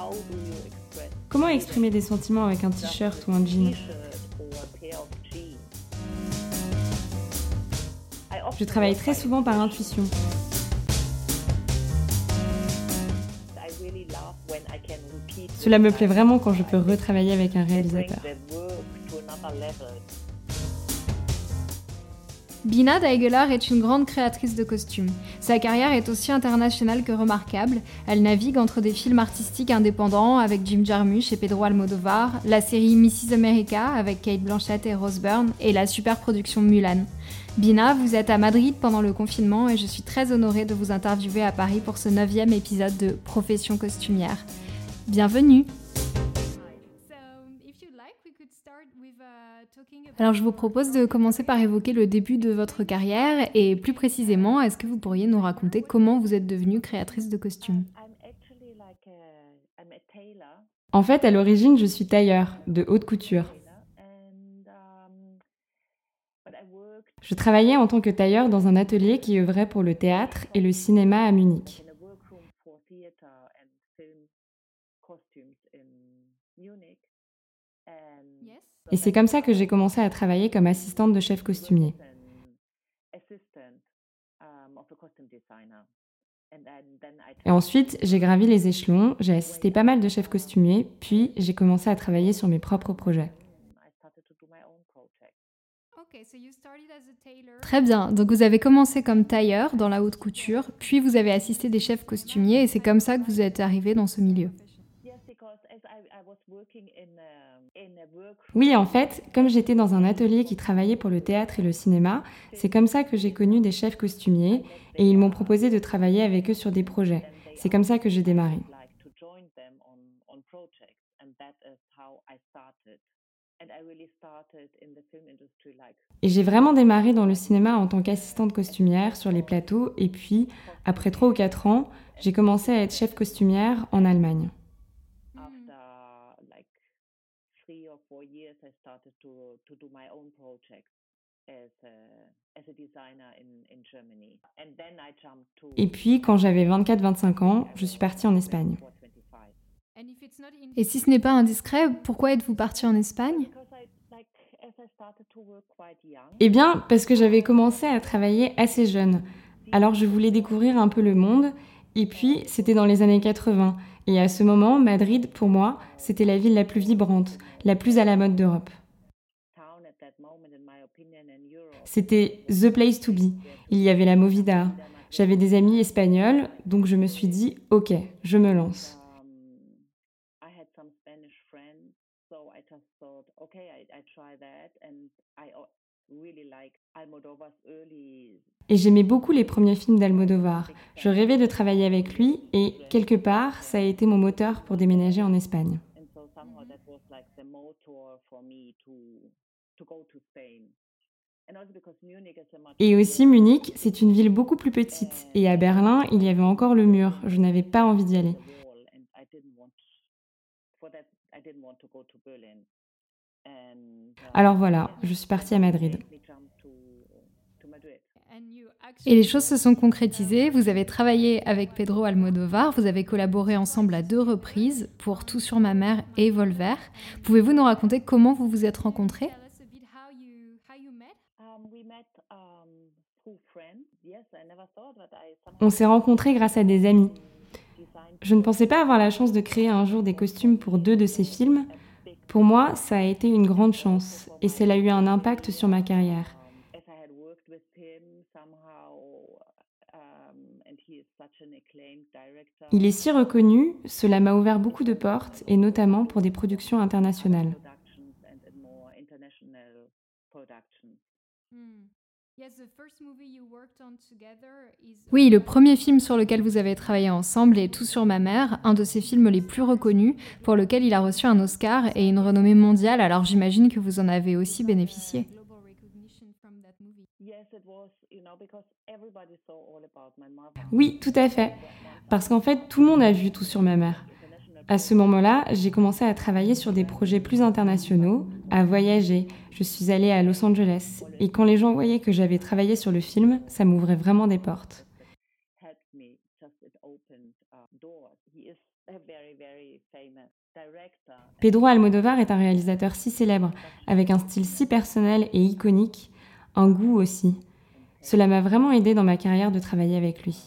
Comment exprimer des sentiments avec un t-shirt ou un jean? Je travaille très souvent par intuition. Cela me plaît vraiment quand je peux retravailler avec un réalisateur. Bina Daigelaar est une grande créatrice de costumes. Sa carrière est aussi internationale que remarquable. Elle navigue entre des films artistiques indépendants avec Jim Jarmusch et Pedro Almodovar, la série Mrs. America avec Cate Blanchett et Rose Byrne et la superproduction Mulan. Bina, vous êtes à Madrid pendant le confinement et je suis très honorée de vous interviewer à Paris pour ce 9e épisode de Profession costumière. Bienvenue! Alors je vous propose de commencer par évoquer le début de votre carrière et plus précisément, est-ce que vous pourriez nous raconter comment vous êtes devenue créatrice de costumes? En fait, à l'origine, je suis tailleur de haute couture. Je travaillais en tant que tailleur dans un atelier qui œuvrait pour le théâtre et le cinéma à Munich. Et c'est comme ça que j'ai commencé à travailler comme assistante de chef costumier. Et ensuite, j'ai gravi les échelons, j'ai assisté pas mal de chefs costumiers, puis j'ai commencé à travailler sur mes propres projets. Très bien, donc vous avez commencé comme tailleur dans la haute couture, puis vous avez assisté des chefs costumiers et c'est comme ça que vous êtes arrivé dans ce milieu. Oui, en fait, comme j'étais dans un atelier qui travaillait pour le théâtre et le cinéma, c'est comme ça que j'ai connu des chefs costumiers et ils m'ont proposé de travailler avec eux sur des projets. C'est comme ça que j'ai démarré. Et j'ai vraiment démarré dans le cinéma en tant qu'assistante costumière sur les plateaux et puis, après 3 ou 4 ans, j'ai commencé à être chef costumière en Allemagne. Et puis, quand j'avais 24-25 ans, je suis partie en Espagne. Et si ce n'est pas indiscret, pourquoi êtes-vous partie en Espagne? Eh bien, parce que j'avais commencé à travailler assez jeune. Alors, je voulais découvrir un peu le monde. Et puis, c'était dans les années 80. Et à ce moment, Madrid, pour moi, c'était la ville la plus vibrante, la plus à la mode d'Europe. C'était the place to be. Il y avait la movida. J'avais des amis espagnols, donc je me suis dit, ok, je me lance. Et j'aimais beaucoup les premiers films d'Almodovar. Je rêvais de travailler avec lui et, quelque part, ça a été mon moteur pour déménager en Espagne. Et aussi, Munich, c'est une ville beaucoup plus petite. Et à Berlin, il y avait encore le mur. Je n'avais pas envie d'y aller. Alors voilà, je suis partie à Madrid. Et les choses se sont concrétisées. Vous avez travaillé avec Pedro Almodovar, vous avez collaboré ensemble à 2 reprises pour Tout sur ma mère et Volver. Pouvez-vous nous raconter comment vous vous êtes rencontrés? On s'est rencontrés grâce à des amis. Je ne pensais pas avoir la chance de créer un jour des costumes pour 2 de ces films. Pour moi, ça a été une grande chance et cela a eu un impact sur ma carrière. Il est si reconnu, cela m'a ouvert beaucoup de portes et notamment pour des productions internationales. Oui, le premier film sur lequel vous avez travaillé ensemble est Tout sur ma mère, un de ses films les plus reconnus, pour lequel il a reçu un Oscar et une renommée mondiale, alors j'imagine que vous en avez aussi bénéficié. Oui, tout à fait. Parce qu'en fait, tout le monde a vu Tout sur ma mère. À ce moment-là, j'ai commencé à travailler sur des projets plus internationaux, à voyager. Je suis allée à Los Angeles. Et quand les gens voyaient que j'avais travaillé sur le film, ça m'ouvrait vraiment des portes. Pedro Almodovar est un réalisateur si célèbre, avec un style si personnel et iconique, un goût aussi. Cela m'a vraiment aidé dans ma carrière de travailler avec lui.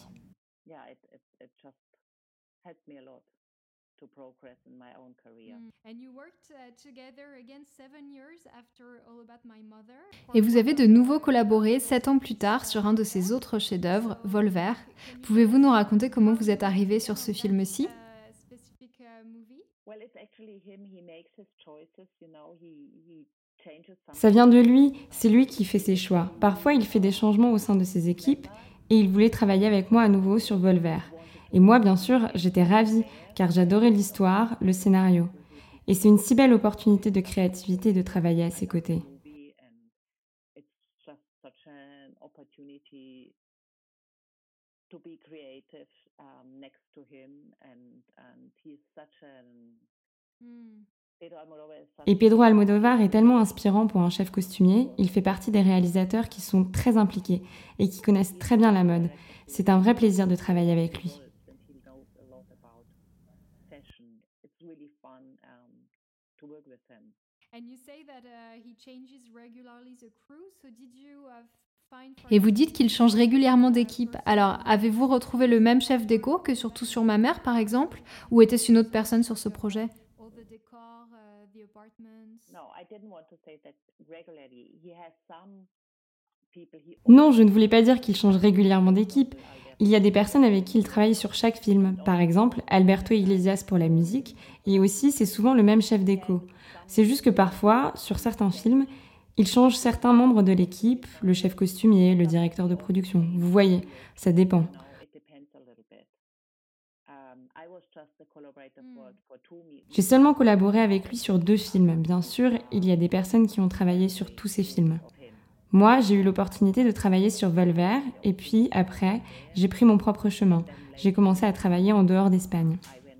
Et vous avez de nouveau collaboré 7 ans plus tard sur un de ses autres chefs-d'œuvre, Volver. Pouvez-vous nous raconter comment vous êtes arrivé sur ce film-ci? Ça vient de lui, c'est lui qui fait ses choix. Parfois, il fait des changements au sein de ses équipes et il voulait travailler avec moi à nouveau sur Volver. Et moi, bien sûr, j'étais ravie car j'adorais l'histoire, le scénario. Et c'est une si belle opportunité de créativité de travailler à ses côtés. Et Pedro Almodovar est tellement inspirant pour un chef costumier, il fait partie des réalisateurs qui sont très impliqués et qui connaissent très bien la mode. C'est un vrai plaisir de travailler avec lui. Et vous dites qu'il change régulièrement d'équipe. Alors, avez-vous retrouvé le même chef déco que sur Tout sur ma mère, par exemple? Ou était-ce une autre personne sur ce projet? Non, je ne voulais pas dire qu'il change régulièrement d'équipe. Il y a des personnes avec qui il travaille sur chaque film. Par exemple, Alberto Iglesias pour la musique, et aussi c'est souvent le même chef déco. C'est juste que parfois, sur certains films, il change certains membres de l'équipe, le chef costumier, le directeur de production. Vous voyez, ça dépend. J'ai seulement collaboré avec lui sur 2 films. Bien sûr, il y a des personnes qui ont travaillé sur tous ces films. Moi, j'ai eu l'opportunité de travailler sur Volver, et puis après, j'ai pris mon propre chemin. J'ai commencé à travailler en dehors d'Espagne.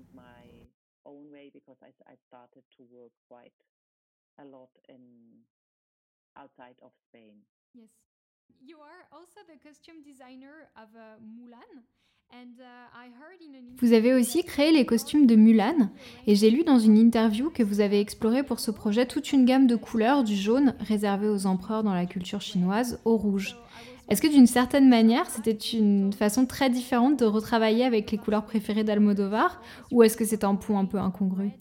Vous avez aussi créé les costumes de Mulan, et j'ai lu dans une interview que vous avez exploré pour ce projet toute une gamme de couleurs, du jaune, réservé aux empereurs dans la culture chinoise, au rouge. Est-ce que d'une certaine manière, c'était une façon très différente de retravailler avec les couleurs préférées d'Almodovar, ou est-ce que c'est un pont un peu incongru?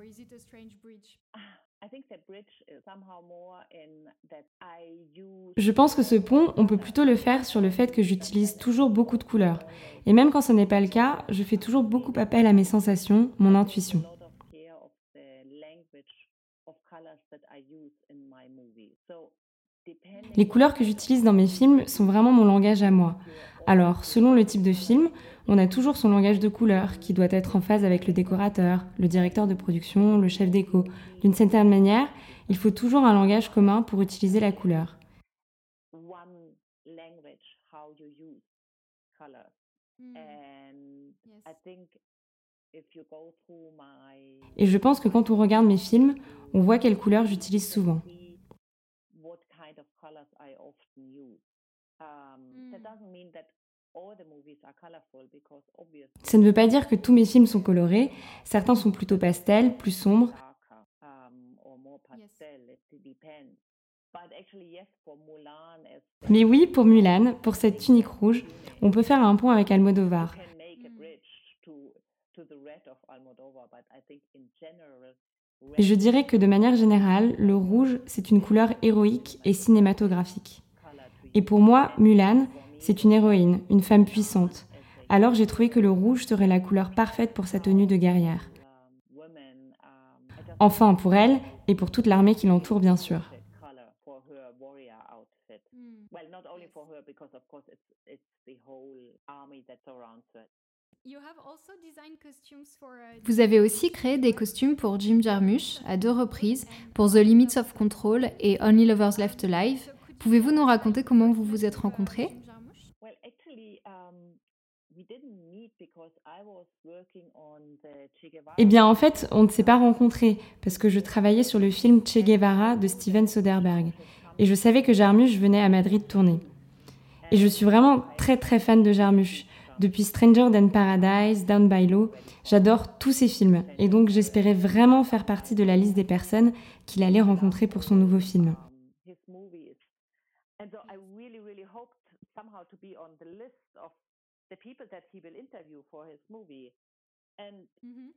Je pense que ce pont, on peut plutôt le faire sur le fait que j'utilise toujours beaucoup de couleurs. Et même quand ce n'est pas le cas, je fais toujours beaucoup appel à mes sensations, mon intuition. Les couleurs que j'utilise dans mes films sont vraiment mon langage à moi. Alors, selon le type de film, on a toujours son langage de couleurs qui doit être en phase avec le décorateur, le directeur de production, le chef déco. D'une certaine manière, il faut toujours un langage commun pour utiliser la couleur. Et je pense que quand on regarde mes films, on voit quelles couleurs j'utilise souvent. Ça ne veut pas dire que tous mes films sont colorés. Certains sont plutôt pastels, plus sombres. Mais oui, pour Mulan, pour cette tunique rouge, on peut faire un pont avec Almodovar. Et je dirais que de manière générale, le rouge, c'est une couleur héroïque et cinématographique. Et pour moi, Mulan, c'est une héroïne, une femme puissante. Alors j'ai trouvé que le rouge serait la couleur parfaite pour sa tenue de guerrière. Enfin, pour elle, et pour toute l'armée qui l'entoure, bien sûr. Vous avez aussi créé des costumes pour Jim Jarmusch à 2 reprises, pour The Limits of Control et Only Lovers Left Alive. Pouvez-vous nous raconter comment vous vous êtes rencontrés? Eh bien, en fait, on ne s'est pas rencontrés parce que je travaillais sur le film Che Guevara de Steven Soderbergh. Et je savais que Jarmusch venait à Madrid tourner. Et je suis vraiment très très fan de Jarmusch. Depuis Stranger Than Paradise, Down by Law, j'adore tous ces films. Et donc j'espérais vraiment faire partie de la liste des personnes qu'il allait rencontrer pour son nouveau film. Mhm.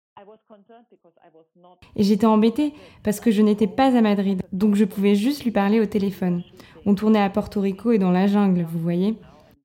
Et j'étais embêtée parce que je n'étais pas à Madrid, donc je pouvais juste lui parler au téléphone. On tournait à Porto Rico et dans la jungle, vous voyez.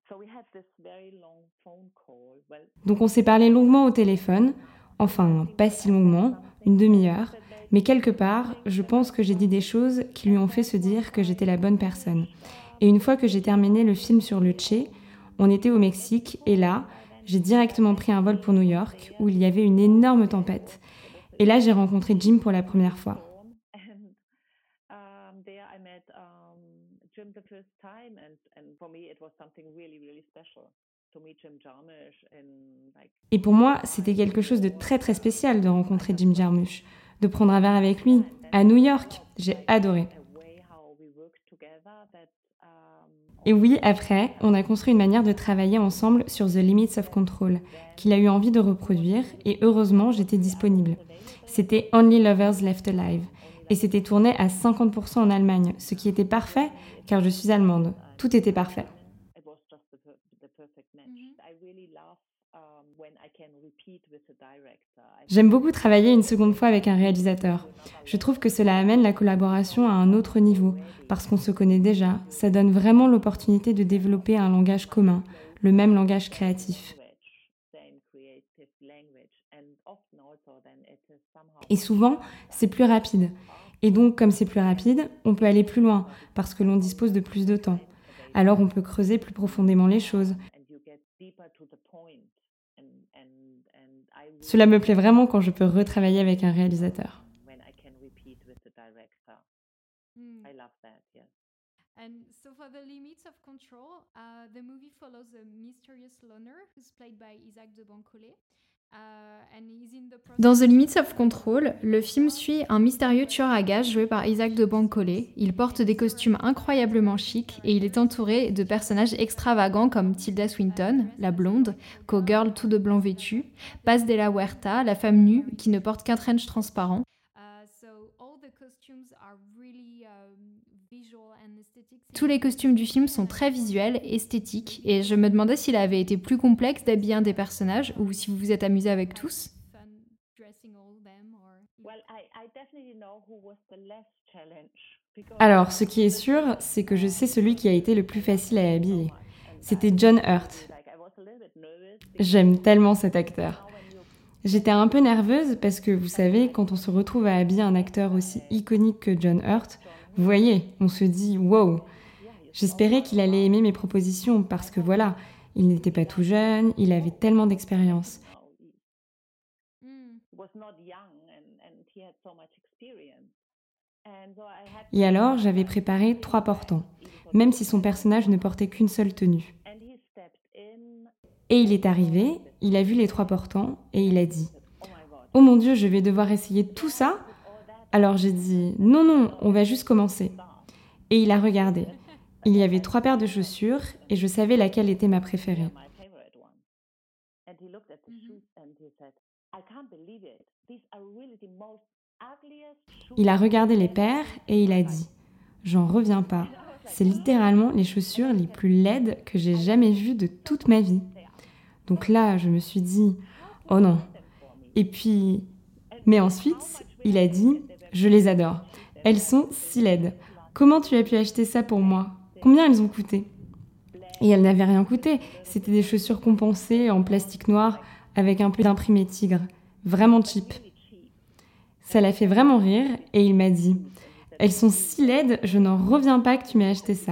Donc on s'est parlé longuement au téléphone, enfin pas si longuement, une demi-heure, mais quelque part, je pense que j'ai dit des choses qui lui ont fait se dire que j'étais la bonne personne. Et une fois que j'ai terminé le film sur le Che, on était au Mexique et là, j'ai directement pris un vol pour New York où il y avait une énorme tempête. Et là, j'ai rencontré Jim pour la première fois. Et pour moi, c'était quelque chose de très très spécial de rencontrer Jim Jarmusch, de prendre un verre avec lui à New York. J'ai adoré. Et oui, après, on a construit une manière de travailler ensemble sur The Limits of Control, qu'il a eu envie de reproduire, et heureusement, j'étais disponible. C'était Only Lovers Left Alive, et c'était tourné à 50% en Allemagne, ce qui était parfait, car je suis allemande. Tout était parfait. Mhm. J'aime beaucoup travailler une seconde fois avec un réalisateur. Je trouve que cela amène la collaboration à un autre niveau, parce qu'on se connaît déjà. Ça donne vraiment l'opportunité de développer un langage commun, le même langage créatif. Et souvent, c'est plus rapide. Et donc, comme c'est plus rapide, on peut aller plus loin, parce que l'on dispose de plus de temps. Alors, on peut creuser plus profondément les choses. Cela me plaît vraiment quand je peux retravailler avec un réalisateur. Mm. And so for the limits of control, the movie follows a mysterious loner who's played by Isaac de Bancolé. Dans The Limits of Control, le film suit un mystérieux tueur à gages joué par Isaac de Bancolé. Il porte des costumes incroyablement chics et il est entouré de personnages extravagants comme Tilda Swinton, la blonde, co-girl tout de blanc vêtue, Paz de la Huerta, la femme nue qui ne porte qu'un trench transparent. Tous les costumes du film sont très visuels, esthétiques, et je me demandais s'il avait été plus complexe d'habiller un des personnages ou si vous vous êtes amusé avec tous. Alors, ce qui est sûr, c'est que je sais celui qui a été le plus facile à habiller. C'était John Hurt. J'aime tellement cet acteur. J'étais un peu nerveuse parce que, vous savez, quand on se retrouve à habiller un acteur aussi iconique que John Hurt, vous voyez, on se dit wow. J'espérais qu'il allait aimer mes propositions parce que voilà, il n'était pas tout jeune, il avait tellement d'expérience. Et alors, j'avais préparé 3 portants, même si son personnage ne portait qu'une seule tenue. Et il est arrivé, il a vu les 3 portants et il a dit « Oh mon Dieu, je vais devoir essayer tout ça ?» Alors j'ai dit « Non, non, on va juste commencer. » Et il a regardé. Il y avait 3 paires de chaussures et je savais laquelle était ma préférée. Il a regardé les paires et il a dit « J'en reviens pas. C'est littéralement les chaussures les plus laides que j'ai jamais vues de toute ma vie. » Donc là, je me suis dit « Oh non !» Et puis, mais ensuite, il a dit « Je les adore. Elles sont si laides. Comment tu as pu acheter ça pour moi? Combien elles ont coûté ?» Et elles n'avaient rien coûté. C'était des chaussures compensées en plastique noir avec un peu d'imprimé tigre. Vraiment cheap. Ça l'a fait vraiment rire et il m'a dit « Elles sont si laides, je n'en reviens pas que tu m'aies acheté ça. »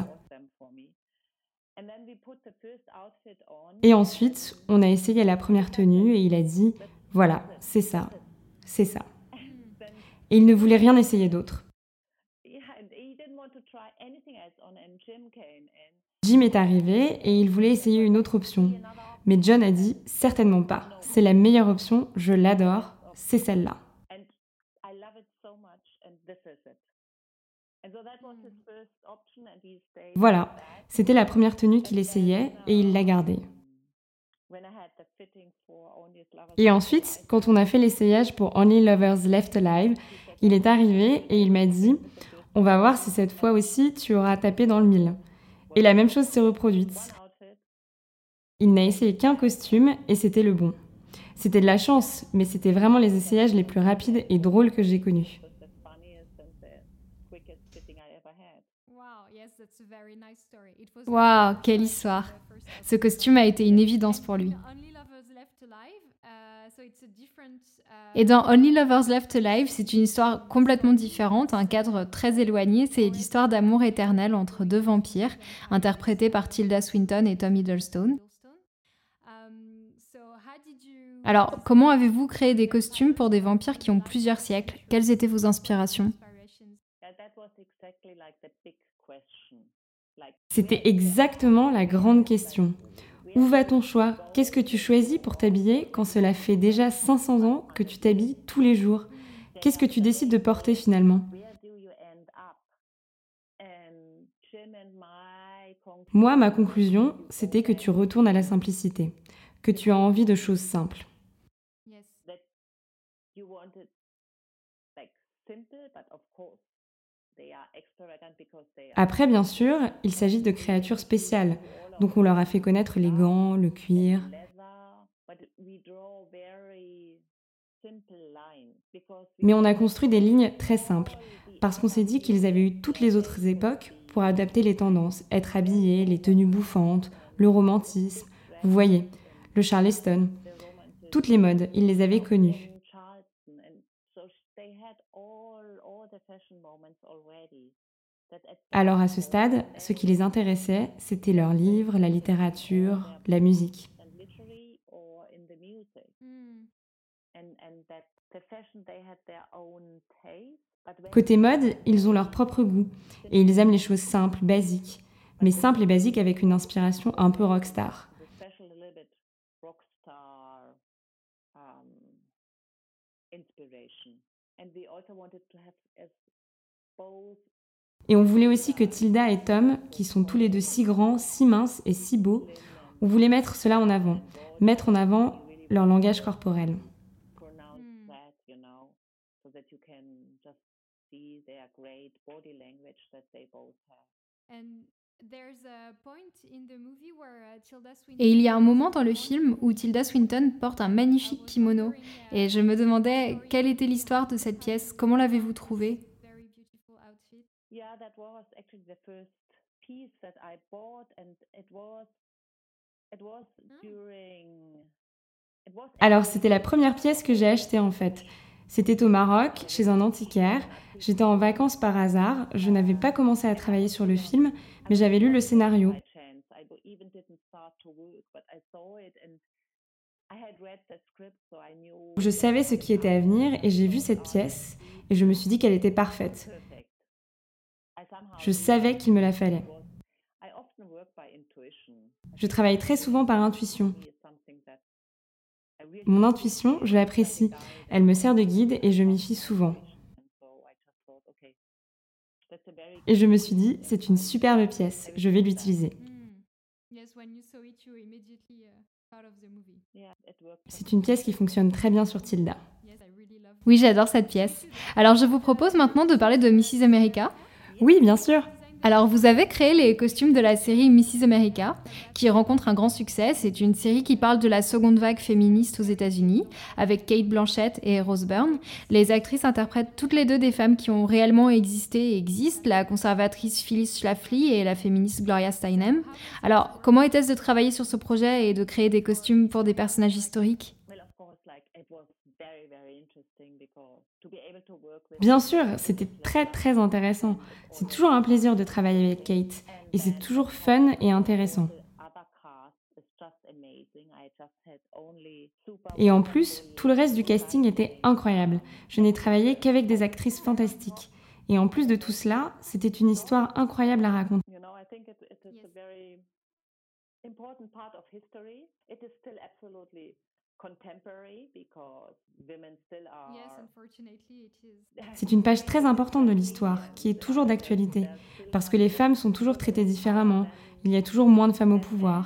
Et ensuite, on a essayé la première tenue et il a dit « Voilà, c'est ça, c'est ça. » Et il ne voulait rien essayer d'autre. Jim est arrivé et il voulait essayer une autre option. Mais John a dit « Certainement pas. C'est la meilleure option, je l'adore, c'est celle-là. » Voilà, c'était la première tenue qu'il essayait et il l'a gardée. Et ensuite, quand on a fait l'essayage pour Only Lovers Left Alive, il est arrivé et il m'a dit « On va voir si cette fois aussi tu auras tapé dans le mille ». Et la même chose s'est reproduite. Il n'a essayé qu'un costume et c'était le bon. C'était de la chance, mais c'était vraiment les essayages les plus rapides et drôles que j'ai connus. Waouh, quelle histoire! Ce costume a été une évidence pour lui. Et dans Only Lovers Left Alive, c'est une histoire complètement différente, un cadre très éloigné. C'est l'histoire d'amour éternel entre deux vampires, interprétés par Tilda Swinton et Tom Hiddleston. Alors, comment avez-vous créé des costumes pour des vampires qui ont plusieurs siècles? Quelles étaient vos inspirations? C'était exactement la grande question. Où va ton choix? Qu'est-ce que tu choisis pour t'habiller quand cela fait déjà 500 ans que tu t'habilles tous les jours? Qu'est-ce que tu décides de porter finalement? Moi, ma conclusion, c'était que tu retournes à la simplicité, que tu as envie de choses simples. Après, bien sûr, il s'agit de créatures spéciales, donc on leur a fait connaître les gants, le cuir. Mais on a construit des lignes très simples, parce qu'on s'est dit qu'ils avaient eu toutes les autres époques pour adapter les tendances, être habillés, les tenues bouffantes, le romantisme, vous voyez, le Charleston. Toutes les modes, ils les avaient connues. Alors à ce stade, ce qui les intéressait, c'était leurs livres, la littérature, la musique. Côté mode, ils ont leur propre goût et ils aiment les choses simples, basiques, mais simples et basiques avec une inspiration un peu rockstar. Et on voulait aussi que Tilda et Tom, qui sont tous les deux si grands, si minces et si beaux, on voulait mettre cela en avant, mettre en avant leur langage corporel. Et il y a un moment dans le film où Tilda Swinton porte un magnifique kimono. Et je me demandais quelle était l'histoire de cette pièce, comment l'avez-vous trouvée? Alors c'était la première pièce que j'ai achetée en fait. C'était au Maroc, chez un antiquaire. J'étais en vacances par hasard, je n'avais pas commencé à travailler sur le film, mais j'avais lu le scénario. Je savais ce qui était à venir et j'ai vu cette pièce et je me suis dit qu'elle était parfaite. Je savais qu'il me la fallait. Je travaille très souvent par intuition. Mon intuition, je l'apprécie. Elle me sert de guide et je m'y fie souvent. Et je me suis dit, c'est une superbe pièce, je vais l'utiliser. C'est une pièce qui fonctionne très bien sur Tilda. Oui, j'adore cette pièce. Alors je vous propose maintenant de parler de Mrs. America. Oui, bien sûr. Alors, vous avez créé les costumes de la série Mrs. America, qui rencontre un grand succès. C'est une série qui parle de la seconde vague féministe aux États-Unis, avec Kate Blanchett et Rose Byrne. Les actrices interprètent toutes les deux des femmes qui ont réellement existé et existent, la conservatrice Phyllis Schlafly et la féministe Gloria Steinem. Alors, comment était-ce de travailler sur ce projet et de créer des costumes pour des personnages historiques ? Bien sûr, c'était très très intéressant. C'est toujours un plaisir de travailler avec Kate et c'est toujours fun et intéressant. Et en plus, tout le reste du casting était incroyable. Je n'ai travaillé qu'avec des actrices fantastiques. Et en plus de tout cela, c'était une histoire incroyable à raconter. C'est une page très importante de l'histoire, qui est toujours d'actualité, parce que les femmes sont toujours traitées différemment, il y a toujours moins de femmes au pouvoir.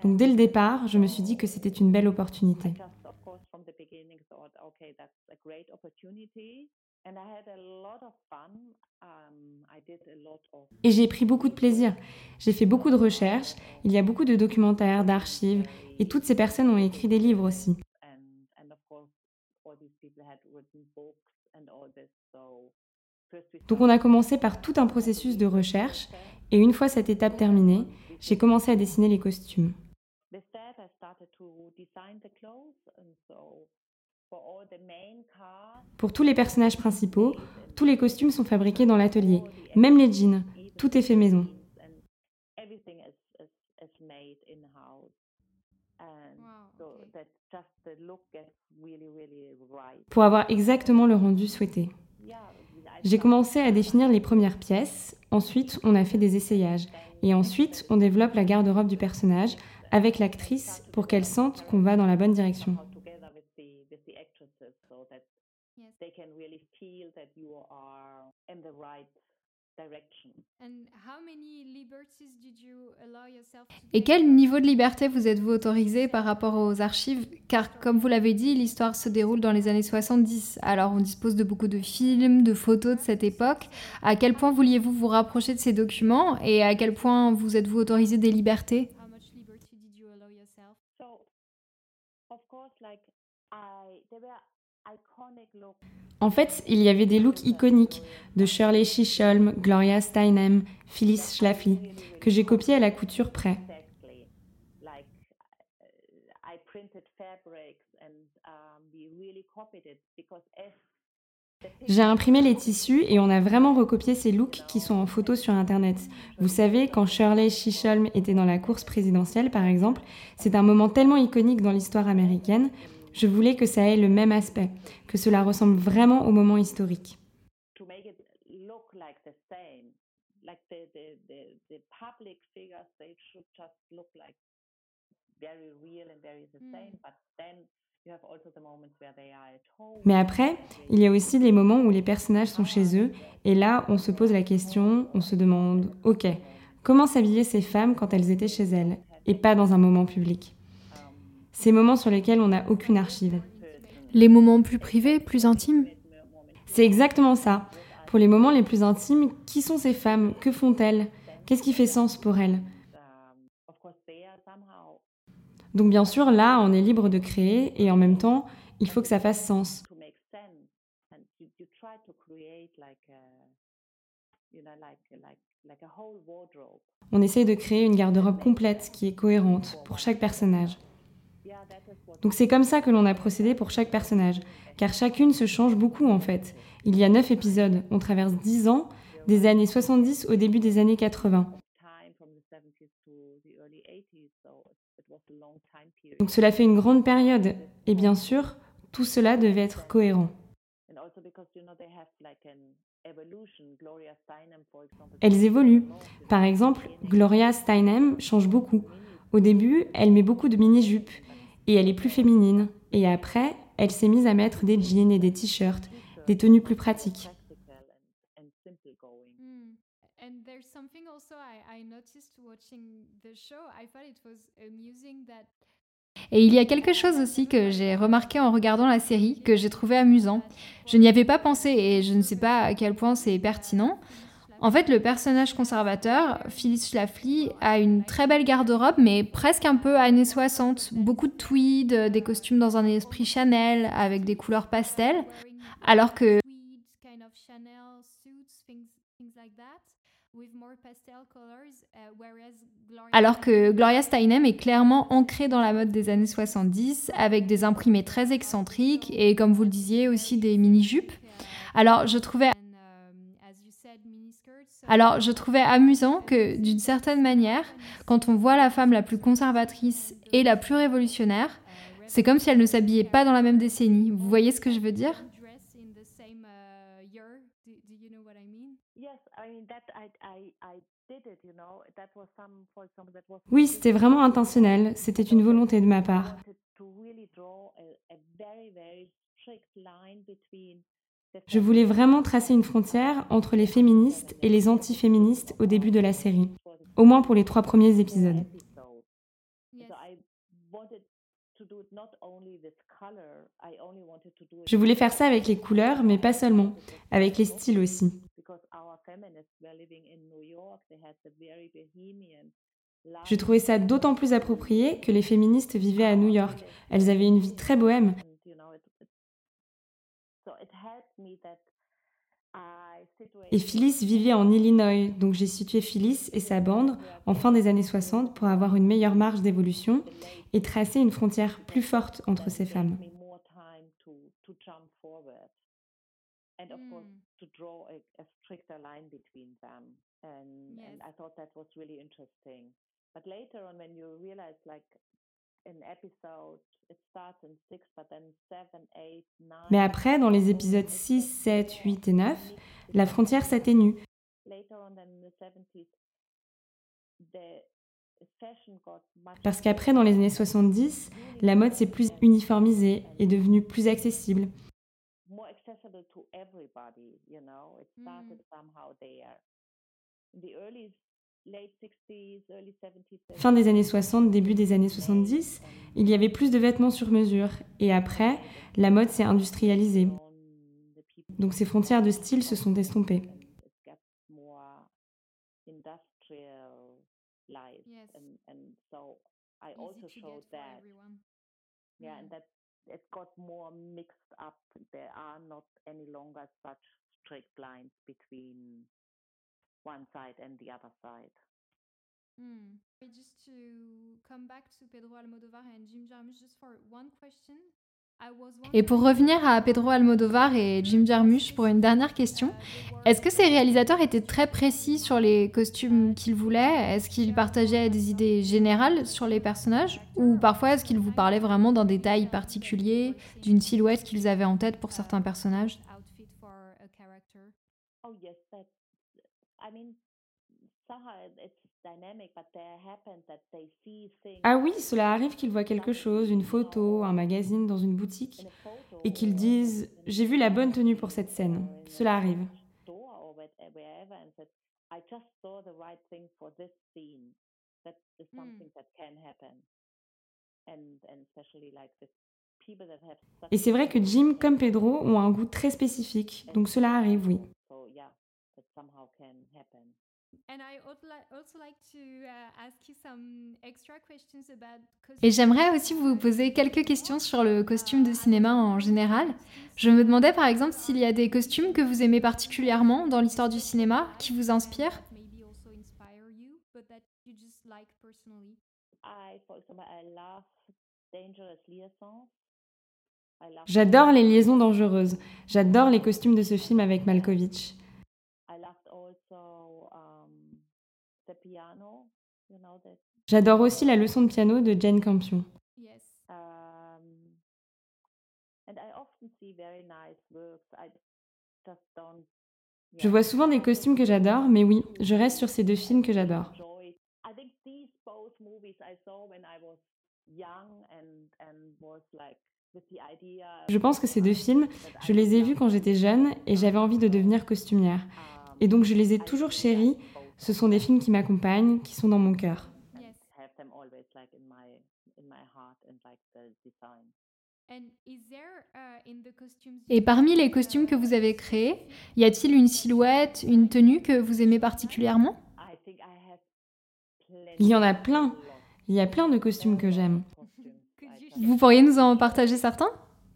Donc dès le départ, je me suis dit que c'était une belle opportunité. just, of course, from the beginning thought, okay, that's a great opportunity. And I had a lot of fun. I did a lot of Et j'ai pris beaucoup de plaisir. J'ai fait beaucoup de recherches, il y a beaucoup de documentaires, d'archives, et toutes ces personnes ont écrit des livres aussi. and of course, all these people had written books and all this. So first we Donc on a commencé par tout un processus de recherche, et une fois cette étape terminée, j'ai commencé à dessiner les costumes. with that, I started to design the clothes, and so for all the main cast, Pour tous les personnages principaux, tous les costumes sont fabriqués dans l'atelier, même les jeans, tout est fait maison. and everything is made in house, and Wow, so okay. that just the look gets really right. Pour avoir exactement le rendu souhaité. Yeah, J'ai commencé à définir les premières pièces, ensuite on a fait des essayages, et ensuite on développe la garde-robe du personnage avec l'actrice pour qu'elle sente qu'on va dans la bonne direction. together with the actresses, so that Yes. they can really feel that you are in the right direction. And how many liberties did you allow yourself to Et quel niveau de liberté vous êtes-vous autorisé par rapport aux archives? Car comme vous l'avez dit, l'histoire se déroule dans les années 70. Alors on dispose de beaucoup de films, de photos de cette époque. À quel point vouliez-vous vous rapprocher de ces documents et à quel point vous êtes-vous autorisé des libertés? How much liberty did you allow yourself? So, of course, like there were iconic looks. En fait, il y avait des looks iconiques de Shirley Chisholm, Gloria Steinem, Phyllis Schlafly, que j'ai copiés à la couture près. Exactly. Like I printed fabrics and we really copied it because as J'ai imprimé les tissus et on a vraiment recopié ces looks qui sont en photo sur Internet. Vous savez, quand Shirley Chisholm était dans la course présidentielle, par exemple, c'est un moment tellement iconique dans l'histoire américaine. Je voulais que ça ait le même aspect, que cela ressemble vraiment au moment historique. to make it look like the same, like the public figures, they should just look like very real and very the same. But then you have also the moments where they are at home. Mais après, il y a aussi les moments où les personnages sont chez eux, et là, on se pose la question, on se demande, ok, comment s'habillaient ces femmes quand elles étaient chez elles, et pas dans un moment public? Ces moments sur lesquels on n'a aucune archive. Les moments plus privés, plus intimes? C'est exactement ça. Pour les moments les plus intimes, qui sont ces femmes? Que font-elles? Qu'est-ce qui fait sens pour elles? Of course, they are somehow Donc bien sûr, là, on est libre de créer, et en même temps, il faut que ça fasse sens. to make sense, and you try to create like a, like a whole wardrobe. On essaye de créer une garde-robe complète qui est cohérente pour chaque personnage. Yeah, that is what. Donc c'est comme ça que l'on a procédé pour chaque personnage, car chacune se change beaucoup en fait. Il y a 9 épisodes, on traverse 10 ans, des années 70 au début des années 80. Time from the 70s to the early 80s, so it was a long time period. Donc cela fait une grande période, et bien sûr, tout cela devait être cohérent. And also because they have like an evolution. Gloria Steinem, for example. Elles évoluent. Par exemple, Gloria Steinem change beaucoup. Au début, elle met beaucoup de mini-jupes, et elle est plus féminine. Et après, elle s'est mise à mettre des jeans et des t-shirts, des tenues plus pratiques. Practical and simple going. And there's something also I noticed watching the show. I thought it was amusing that. Et il y a quelque chose aussi que j'ai remarqué en regardant la série, que j'ai trouvé amusant. Je n'y avais pas pensé et je ne sais pas à quel point c'est pertinent. En fait, le personnage conservateur, Phyllis Schlafly, a une très belle garde-robe, mais presque un peu années 60. Beaucoup de tweed, des costumes dans un esprit Chanel, avec des couleurs pastel. Alors que Gloria Steinem est clairement ancrée dans la mode des années 70, avec des imprimés très excentriques et, comme vous le disiez, aussi des mini-jupes. Alors, je trouvais amusant que, d'une certaine manière, quand on voit la femme la plus conservatrice et la plus révolutionnaire, c'est comme si elle ne s'habillait pas dans la même décennie. Vous voyez ce que je veux dire? Yes, I mean that I did it, That was for example, that was. Oui, c'était vraiment intentionnel, c'était une volonté de ma part. Wanted to really draw a very strict line between. Je voulais vraiment tracer une frontière entre les féministes et les anti-féministes au début de la série, au moins pour les 3 premiers épisodes. So Je voulais faire ça avec les couleurs, mais pas seulement, avec les styles aussi. Je trouvais ça d'autant plus approprié que les féministes vivaient à New York. Elles avaient une vie très bohème. Et Phyllis vivait en Illinois, donc j'ai situé Phyllis et sa bande en fin des années 60 pour avoir une meilleure marge d'évolution et tracer une frontière plus forte entre ces femmes. Mais après, dans les épisodes 6, 7, 8 et 9, la frontière s'atténue. Parce qu'après, dans les années 70, la mode s'est plus uniformisée et devenue plus accessible. Fin des années 60, début des années 70, il y avait plus de vêtements sur mesure. Et après, la mode s'est industrialisée. Donc ces frontières de style se sont estompées. Just to come back to Pedro Almodovar and Jim Jarmusch just for one question. Et pour revenir à Pedro Almodovar et Jim Jarmusch pour une dernière question, est-ce que ces réalisateurs étaient très précis sur les costumes qu'ils voulaient? Est-ce qu'ils partageaient des idées générales sur les personnages? Ou parfois est-ce qu'ils vous parlaient vraiment d'un détail particulier, d'une silhouette qu'ils avaient en tête pour certains personnages? Ah oui, cela arrive qu'ils voient quelque chose, une photo, un magazine dans une boutique, et qu'ils disent « J'ai vu la bonne tenue pour cette scène ». Cela arrive. Et c'est vrai que Jim comme Pedro ont un goût très spécifique, donc cela arrive, oui. Et j'aimerais aussi vous poser quelques questions sur le costume de cinéma en général. Je me demandais par exemple s'il y a des costumes que vous aimez particulièrement dans l'histoire du cinéma, qui vous inspirent. J'adore les liaisons dangereuses. J'adore les costumes de ce film avec Malkovich. J'adore aussi la leçon de piano de Jane Campion. Je vois souvent des costumes que j'adore, mais oui, je reste sur ces deux films que j'adore. Je pense que ces deux films, je les ai vus quand j'étais jeune et j'avais envie de devenir costumière. Et donc je les ai toujours chéris. Ce sont des films qui m'accompagnent, qui sont dans mon cœur. Et parmi les costumes que vous avez créés, y a-t-il une silhouette, une tenue que vous aimez particulièrement? Il y en a plein. Il y a plein de costumes que j'aime. Vous pourriez nous en partager certains?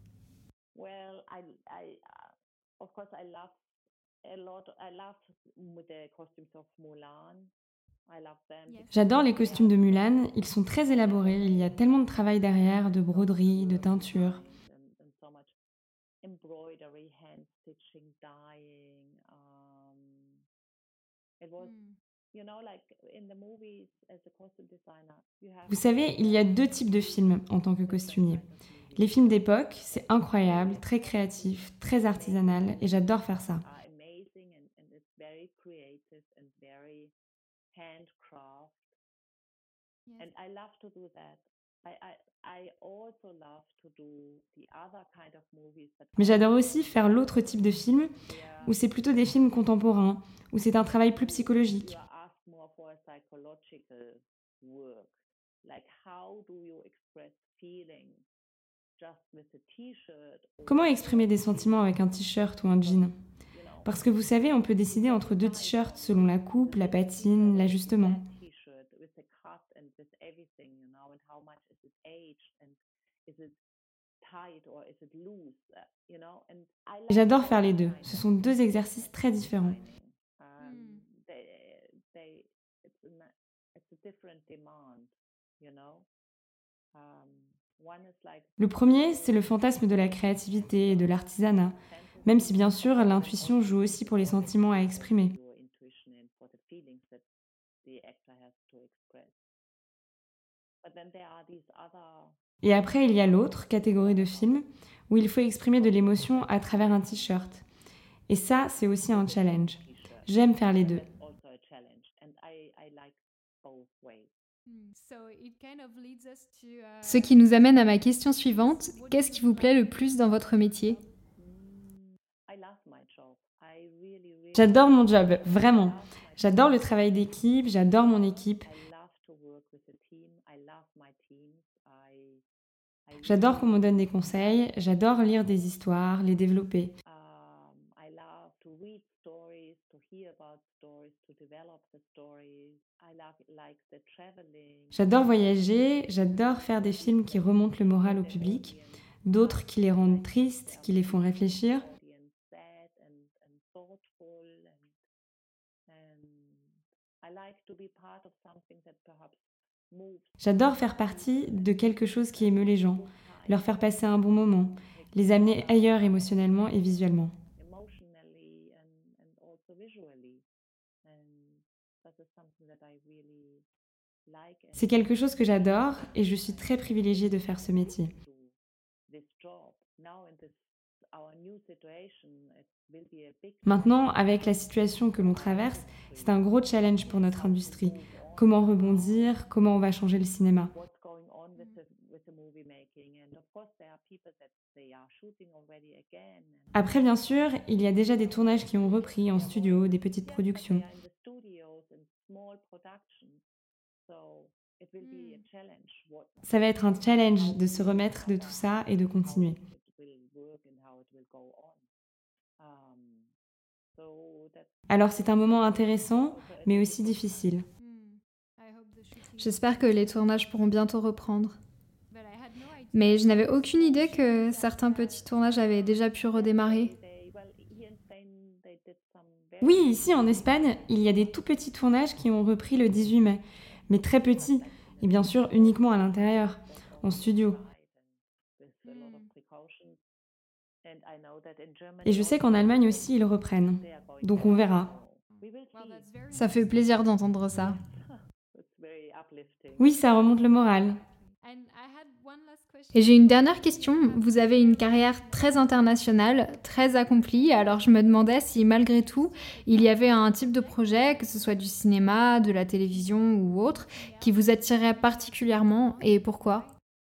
J'adore les costumes de Mulan, ils sont très élaborés, il y a tellement de travail derrière, de broderie, de teinture. Vous savez, il y a deux types de films en tant que costumier. Les films d'époque, c'est incroyable, très créatif, très artisanal, et j'adore faire ça. Mais j'adore aussi faire l'autre type de film, où c'est plutôt des films contemporains, où c'est un travail plus psychologique. like how do you express feelings just with a t-shirt? Comment exprimer des sentiments avec un t-shirt ou un jean? Parce que vous savez, on peut décider entre 2 t-shirts selon la coupe, la patine, l'ajustement. J'adore faire les deux. Ce sont 2 exercices très différents. Le premier, c'est le fantasme de la créativité et de l'artisanat, même si bien sûr l'intuition joue aussi pour les sentiments à exprimer. Et après, il y a l'autre catégorie de films où il faut exprimer de l'émotion à travers un t-shirt. Et ça, c'est aussi un challenge. J'aime faire les deux. Ce qui nous amène à ma question suivante. Qu'est-ce qui vous plaît le plus dans votre métier? J'adore mon job, vraiment. J'adore le travail d'équipe, j'adore mon équipe. J'adore qu'on me donne des conseils, j'adore lire des histoires, les développer. J'adore voyager, j'adore faire des films qui remontent le moral au public, d'autres qui les rendent tristes, qui les font réfléchir. J'adore faire partie de quelque chose qui émeut les gens, leur faire passer un bon moment, les amener ailleurs émotionnellement et visuellement. C'est quelque chose que j'adore et je suis très privilégiée de faire ce métier. Maintenant, avec la situation que l'on traverse, c'est un gros challenge pour notre industrie. Comment rebondir? Comment on va changer le cinéma? Après, bien sûr, il y a déjà des tournages qui ont repris en studio, des petites productions. Ça va être un challenge de se remettre de tout ça et de continuer. Alors c'est un moment intéressant, mais aussi difficile. J'espère que les tournages pourront bientôt reprendre. Mais je n'avais aucune idée que certains petits tournages avaient déjà pu redémarrer. Oui, ici en Espagne, il y a des tout petits tournages qui ont repris le 18 mai, mais très petits, et bien sûr uniquement à l'intérieur, en studio. Et je sais qu'en Allemagne aussi, ils reprennent. Donc on verra. Ça fait plaisir d'entendre ça. Oui, ça remonte le moral. Et j'ai une dernière question. Vous avez une carrière très internationale, très accomplie. Alors je me demandais si malgré tout, il y avait un type de projet, que ce soit du cinéma, de la télévision ou autre, qui vous attirait particulièrement et pourquoi?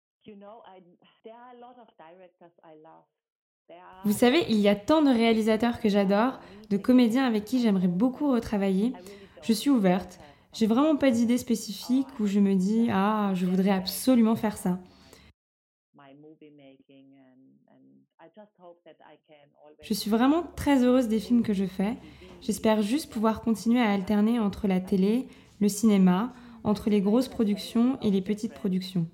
Vous savez, il y a tant de réalisateurs que j'adore, de comédiens avec qui j'aimerais beaucoup retravailler. Je suis ouverte. J'ai vraiment pas d'idée spécifique où je me dis « Ah, je voudrais absolument faire ça ». Je suis vraiment très heureuse des films que je fais. J'espère juste pouvoir continuer à alterner entre la télé, le cinéma, entre les grosses productions et les petites productions.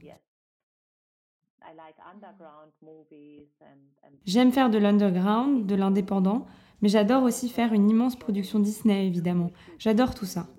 J'aime faire de l'underground, de l'indépendant, mais j'adore aussi faire une immense production Disney, évidemment. J'adore tout ça.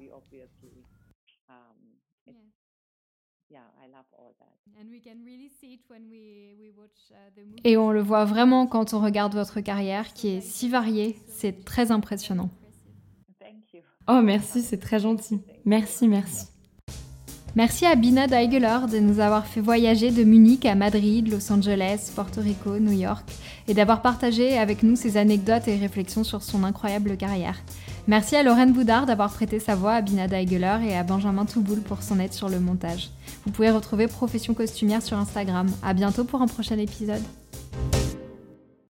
Et on le voit vraiment quand on regarde votre carrière, qui est si variée. C'est très impressionnant. Oh, merci, c'est très gentil. Merci, merci. Merci à Bina Daigeler de nous avoir fait voyager de Munich à Madrid, Los Angeles, Porto Rico, New York et d'avoir partagé avec nous ses anecdotes et réflexions sur son incroyable carrière. Merci à Lorraine Boudard d'avoir prêté sa voix à Bina Daigeler et à Benjamin Touboul pour son aide sur le montage. Vous pouvez retrouver Profession Costumière sur Instagram. À bientôt pour un prochain épisode.